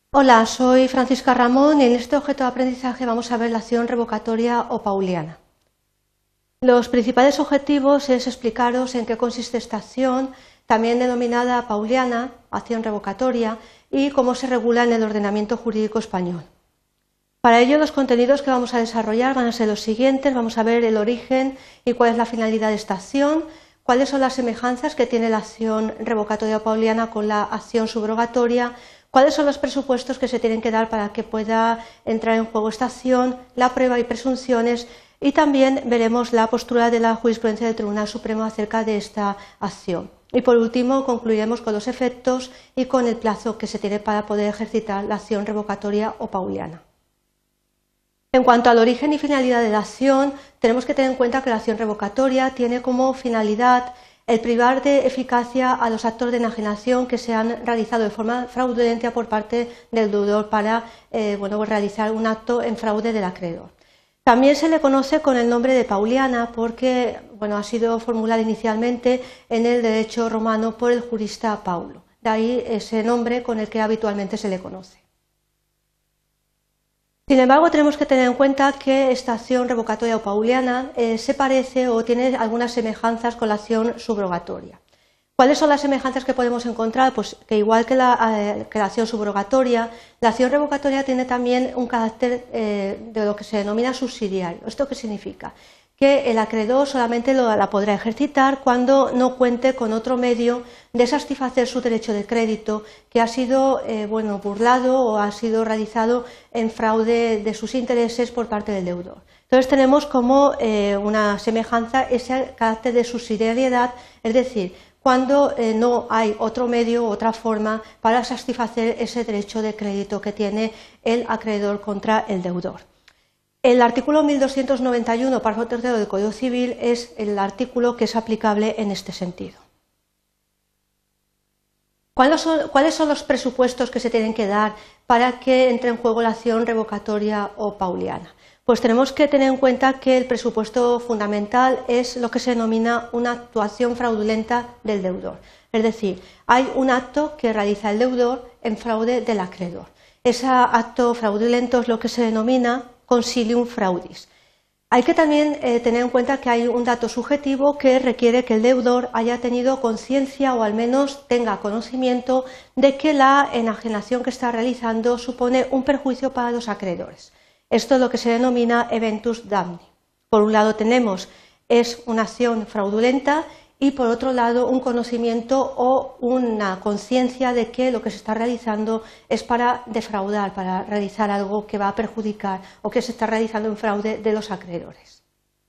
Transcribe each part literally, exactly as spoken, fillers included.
Hola, soy Francisca Ramón y en este objeto de aprendizaje vamos a ver la acción revocatoria o pauliana. Los principales objetivos es explicaros en qué consiste esta acción, también denominada pauliana, acción revocatoria, y cómo se regula en el ordenamiento jurídico español. Para ello, los contenidos que vamos a desarrollar van a ser los siguientes. Vamos a ver el origen y cuál es la finalidad de esta acción, cuáles son las semejanzas que tiene la acción revocatoria o pauliana con la acción subrogatoria, cuáles son los presupuestos que se tienen que dar para que pueda entrar en juego esta acción, la prueba y presunciones, y también veremos la postura de la jurisprudencia del Tribunal Supremo acerca de esta acción. Y por último concluiremos con los efectos y con el plazo que se tiene para poder ejercitar la acción revocatoria o pauliana. En cuanto al origen y finalidad de la acción, tenemos que tener en cuenta que la acción revocatoria tiene como finalidad el privar de eficacia a los actos de enajenación que se han realizado de forma fraudulenta por parte del deudor para eh, bueno, realizar un acto en fraude del acreedor. También se le conoce con el nombre de pauliana porque bueno, ha sido formulada inicialmente en el derecho romano por el jurista Paulo. De ahí ese nombre con el que habitualmente se le conoce. Sin embargo, tenemos que tener en cuenta que esta acción revocatoria o pauliana eh, se parece o tiene algunas semejanzas con la acción subrogatoria. ¿Cuáles son las semejanzas que podemos encontrar? Pues que igual que la, eh, que la acción subrogatoria, la acción revocatoria tiene también un carácter eh, de lo que se denomina subsidiario. ¿Esto qué significa? Que el acreedor solamente lo, la podrá ejercitar cuando no cuente con otro medio de satisfacer su derecho de crédito que ha sido eh, bueno, burlado o ha sido realizado en fraude de sus intereses por parte del deudor. Entonces tenemos como eh, una semejanza ese carácter de subsidiariedad, es decir, cuando eh, no hay otro medio, otra forma para satisfacer ese derecho de crédito que tiene el acreedor contra el deudor. El artículo mil doscientos noventa y uno, párrafo tercero del Código Civil, es el artículo que es aplicable en este sentido. ¿Cuáles son, ¿Cuáles son los presupuestos que se tienen que dar para que entre en juego la acción revocatoria o pauliana? Pues tenemos que tener en cuenta que el presupuesto fundamental es lo que se denomina una actuación fraudulenta del deudor. Es decir, hay un acto que realiza el deudor en fraude del acreedor. Ese acto fraudulento es lo que se denomina consilium fraudis. Hay que también eh, tener en cuenta que hay un dato subjetivo que requiere que el deudor haya tenido conciencia o al menos tenga conocimiento de que la enajenación que está realizando supone un perjuicio para los acreedores. Esto es lo que se denomina eventus damni. Por un lado tenemos es una acción fraudulenta y por otro lado un conocimiento o una conciencia de que lo que se está realizando es para defraudar, para realizar algo que va a perjudicar o que se está realizando en fraude de los acreedores.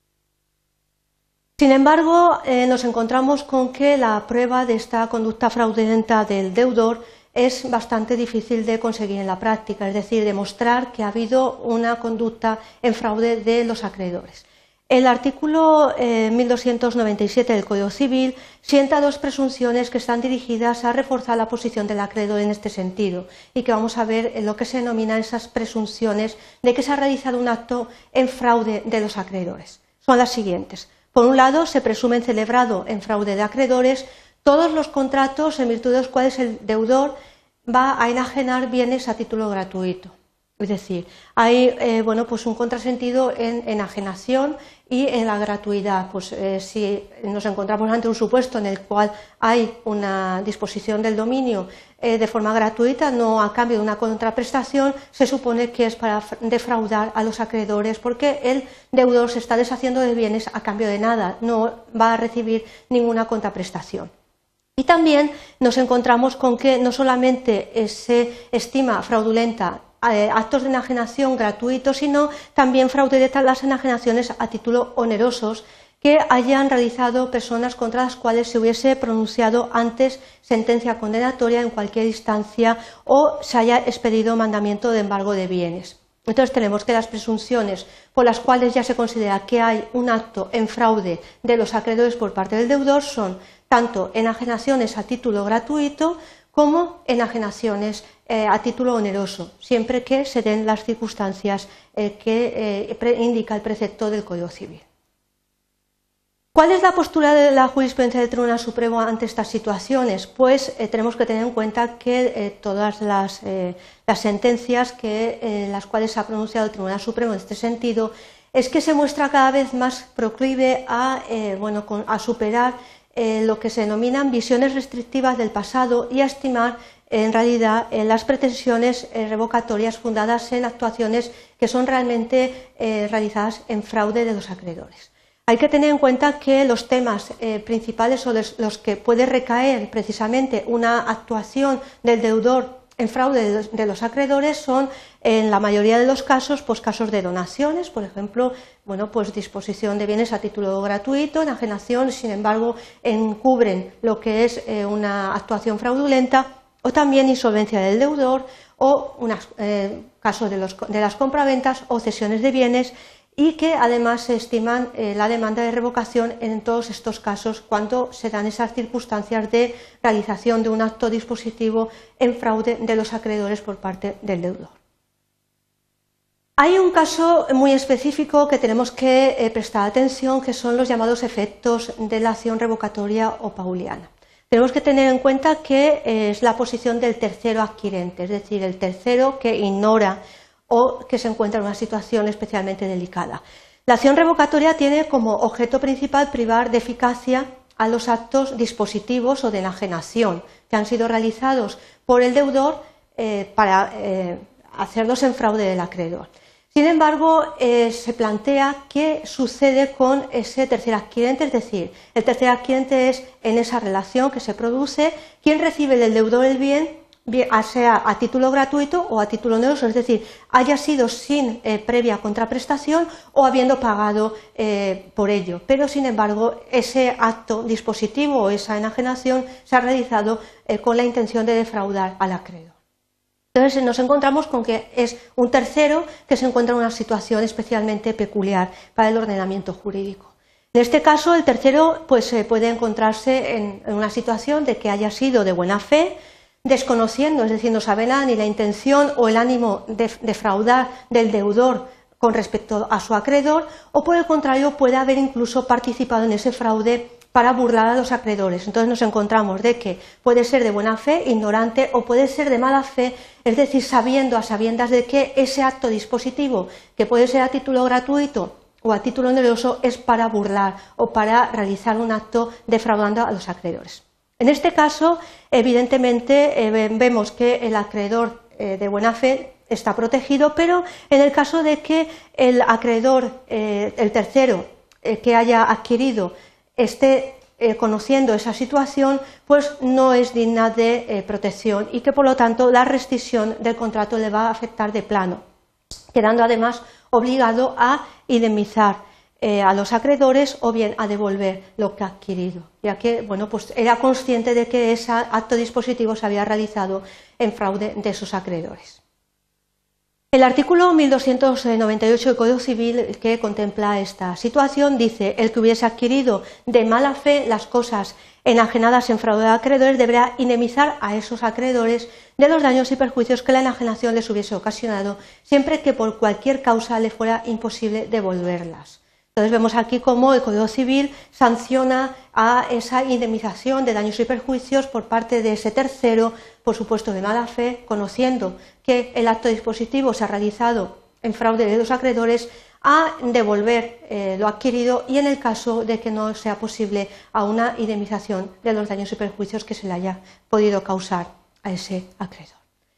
Sin embargo, eh, nos encontramos con que la prueba de esta conducta fraudulenta del deudor es bastante difícil de conseguir en la práctica, es decir, demostrar que ha habido una conducta en fraude de los acreedores. El artículo eh, mil doscientos noventa y siete del Código Civil sienta dos presunciones que están dirigidas a reforzar la posición del acreedor en este sentido y que vamos a ver en lo que se denominan esas presunciones de que se ha realizado un acto en fraude de los acreedores. Son las siguientes. Por un lado, se presumen celebrado en fraude de acreedores todos los contratos en virtud de los cuales el deudor va a enajenar bienes a título gratuito. Es decir, hay eh, bueno, pues un contrasentido en enajenación y en la gratuidad. Pues, eh, si nos encontramos ante un supuesto en el cual hay una disposición del dominio eh, de forma gratuita, no a cambio de una contraprestación, se supone que es para defraudar a los acreedores porque el deudor se está deshaciendo de bienes a cambio de nada, no va a recibir ninguna contraprestación. Y también nos encontramos con que no solamente se estima fraudulenta eh, actos de enajenación gratuitos, sino también fraudulentas las enajenaciones a título onerosos que hayan realizado personas contra las cuales se hubiese pronunciado antes sentencia condenatoria en cualquier instancia o se haya expedido mandamiento de embargo de bienes. Entonces tenemos que las presunciones por las cuales ya se considera que hay un acto en fraude de los acreedores por parte del deudor son tanto enajenaciones a título gratuito como enajenaciones eh, a título oneroso, siempre que se den las circunstancias eh, que eh, indica el precepto del Código Civil. ¿Cuál es la postura de la jurisprudencia del Tribunal Supremo ante estas situaciones? Pues eh, tenemos que tener en cuenta que eh, todas las, eh, las sentencias que, eh, las cuales ha pronunciado el Tribunal Supremo en este sentido es que se muestra cada vez más proclive a, eh, bueno, con, a superar eh, lo que se denominan visiones restrictivas del pasado y a estimar en realidad eh, las pretensiones eh, revocatorias fundadas en actuaciones que son realmente eh, realizadas en fraude de los acreedores. Hay que tener en cuenta que los temas eh, principales o los, los que puede recaer precisamente una actuación del deudor en fraude de los, de los acreedores son, en la mayoría de los casos, pues casos de donaciones, por ejemplo, bueno, pues disposición de bienes a título gratuito, enajenación, sin embargo, encubren lo que es eh, una actuación fraudulenta, o también insolvencia del deudor, o unos eh, casos de, los, de las compraventas o cesiones de bienes, y que además se estiman eh, la demanda de revocación en todos estos casos cuando se dan esas circunstancias de realización de un acto dispositivo en fraude de los acreedores por parte del deudor. Hay un caso muy específico que tenemos que eh, prestar atención, que son los llamados efectos de la acción revocatoria o pauliana. Tenemos que tener en cuenta que eh, es la posición del tercero adquirente, es decir, el tercero que ignora o que se encuentra en una situación especialmente delicada. La acción revocatoria tiene como objeto principal privar de eficacia a los actos dispositivos o de enajenación que han sido realizados por el deudor eh, para eh, hacerlos en fraude del acreedor. Sin embargo, eh, se plantea qué sucede con ese tercer adquirente, es decir, el tercer adquirente es en esa relación que se produce quien recibe del deudor el bien, sea a título gratuito o a título oneroso, es decir, haya sido sin eh, previa contraprestación o habiendo pagado eh, por ello. Pero, sin embargo, ese acto dispositivo o esa enajenación se ha realizado eh, con la intención de defraudar al acreedor. Entonces nos encontramos con que es un tercero que se encuentra en una situación especialmente peculiar para el ordenamiento jurídico. En este caso, el tercero pues, eh, puede encontrarse en, en una situación de que haya sido de buena fe, desconociendo, es decir, no sabe nada ni la intención o el ánimo de defraudar del deudor con respecto a su acreedor, o por el contrario puede haber incluso participado en ese fraude para burlar a los acreedores. Entonces nos encontramos de que puede ser de buena fe, ignorante, o puede ser de mala fe, es decir, sabiendo a sabiendas de que ese acto dispositivo, que puede ser a título gratuito o a título oneroso, es para burlar o para realizar un acto defraudando a los acreedores. En este caso, evidentemente, eh, vemos que el acreedor eh, de buena fe está protegido, pero en el caso de que el acreedor, eh, el tercero eh, que haya adquirido, esté eh, conociendo esa situación, pues no es digna de eh, protección y que, por lo tanto, la rescisión del contrato le va a afectar de plano, quedando además obligado a indemnizar Eh, a los acreedores o bien a devolver lo que ha adquirido, ya que bueno, pues era consciente de que ese acto dispositivo se había realizado en fraude de esos acreedores. El artículo mil doscientos noventa y ocho del Código Civil, que contempla esta situación, dice: el que hubiese adquirido de mala fe las cosas enajenadas en fraude de acreedores deberá indemnizar a esos acreedores de los daños y perjuicios que la enajenación les hubiese ocasionado, siempre que por cualquier causa le fuera imposible devolverlas. Entonces vemos aquí cómo el Código Civil sanciona a esa indemnización de daños y perjuicios por parte de ese tercero, por supuesto de mala fe, conociendo que el acto dispositivo se ha realizado en fraude de los acreedores, a devolver eh, lo adquirido y en el caso de que no sea posible a una indemnización de los daños y perjuicios que se le haya podido causar a ese acreedor.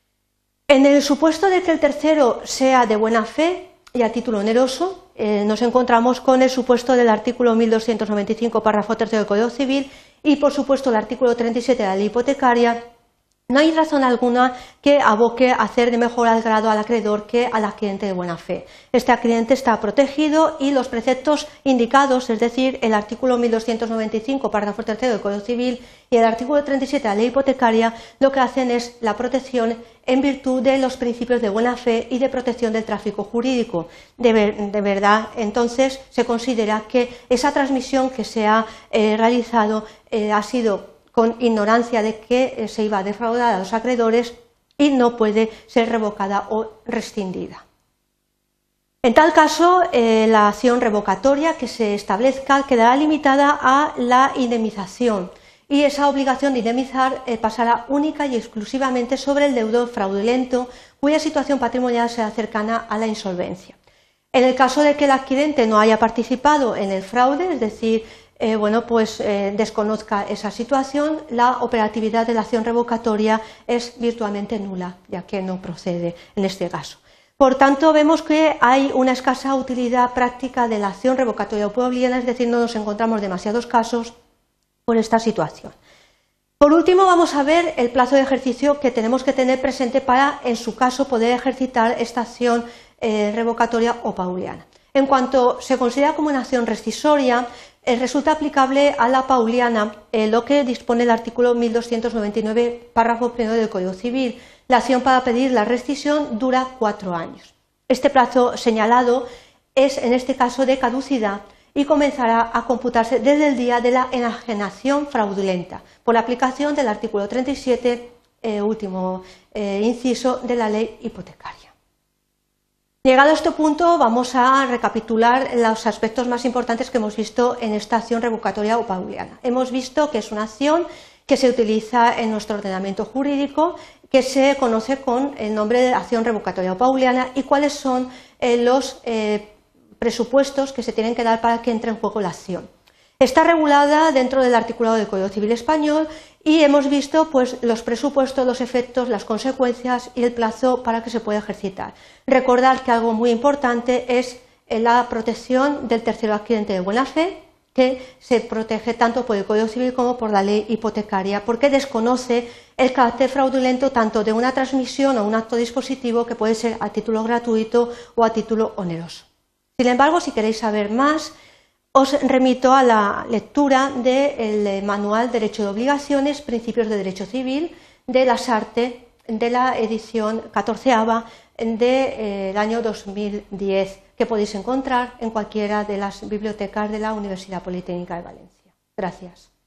En el supuesto de que el tercero sea de buena fe y a título oneroso, eh, nos encontramos con el supuesto del artículo mil doscientos noventa y cinco, párrafo tercero del Código Civil y, por supuesto, el artículo treinta y siete de la Ley Hipotecaria. No hay razón alguna que aboque a hacer de mejor grado al acreedor que al adquirente de buena fe. Este adquirente está protegido y los preceptos indicados, es decir, el artículo mil doscientos noventa y cinco, párrafo tercero del Código Civil y el artículo treinta y siete de la Ley Hipotecaria, lo que hacen es la protección en virtud de los principios de buena fe y de protección del tráfico jurídico. De, ver, de verdad, entonces, se considera que esa transmisión que se ha eh, realizado eh, ha sido con ignorancia de que se iba a defraudar a los acreedores y no puede ser revocada o rescindida. En tal caso, eh, la acción revocatoria que se establezca quedará limitada a la indemnización y esa obligación de indemnizar eh, pasará única y exclusivamente sobre el deudor fraudulento cuya situación patrimonial sea cercana a la insolvencia. En el caso de que el adquirente no haya participado en el fraude, es decir, eh, bueno, pues eh, desconozca esa situación, la operatividad de la acción revocatoria es virtualmente nula, ya que no procede en este caso. Por tanto, vemos que hay una escasa utilidad práctica de la acción revocatoria pauliana, es decir, no nos encontramos demasiados casos por esta situación. Por último, vamos a ver el plazo de ejercicio que tenemos que tener presente para, en su caso, poder ejercitar esta acción eh, revocatoria o pauliana. En cuanto se considera como una acción rescisoria, eh, resulta aplicable a la pauliana eh, lo que dispone el artículo mil doscientos noventa y nueve, párrafo primero del Código Civil. La acción para pedir la rescisión dura cuatro años. Este plazo señalado es, en este caso, de caducidad y comenzará a computarse desde el día de la enajenación fraudulenta, por la aplicación del artículo treinta y siete, eh, último eh, inciso de la ley hipotecaria. Llegado a este punto, vamos a recapitular los aspectos más importantes que hemos visto en esta acción revocatoria o pauliana. Hemos visto que es una acción que se utiliza en nuestro ordenamiento jurídico, que se conoce con el nombre de acción revocatoria o pauliana, y cuáles son eh, los eh, presupuestos que se tienen que dar para que entre en juego la acción. Está regulada dentro del articulado del Código Civil Español y hemos visto pues, los presupuestos, los efectos, las consecuencias y el plazo para que se pueda ejercitar. Recordar que algo muy importante es la protección del tercero adquirente de buena fe, que se protege tanto por el Código Civil como por la ley hipotecaria, porque desconoce el carácter fraudulento tanto de una transmisión o un acto dispositivo que puede ser a título gratuito o a título oneroso. Sin embargo, si queréis saber más, os remito a la lectura del Manual Derecho de Obligaciones, Principios de Derecho Civil, de la SARTE, de la edición catorceava del de, eh, año dos mil diez, que podéis encontrar en cualquiera de las bibliotecas de la Universidad Politécnica de Valencia. Gracias.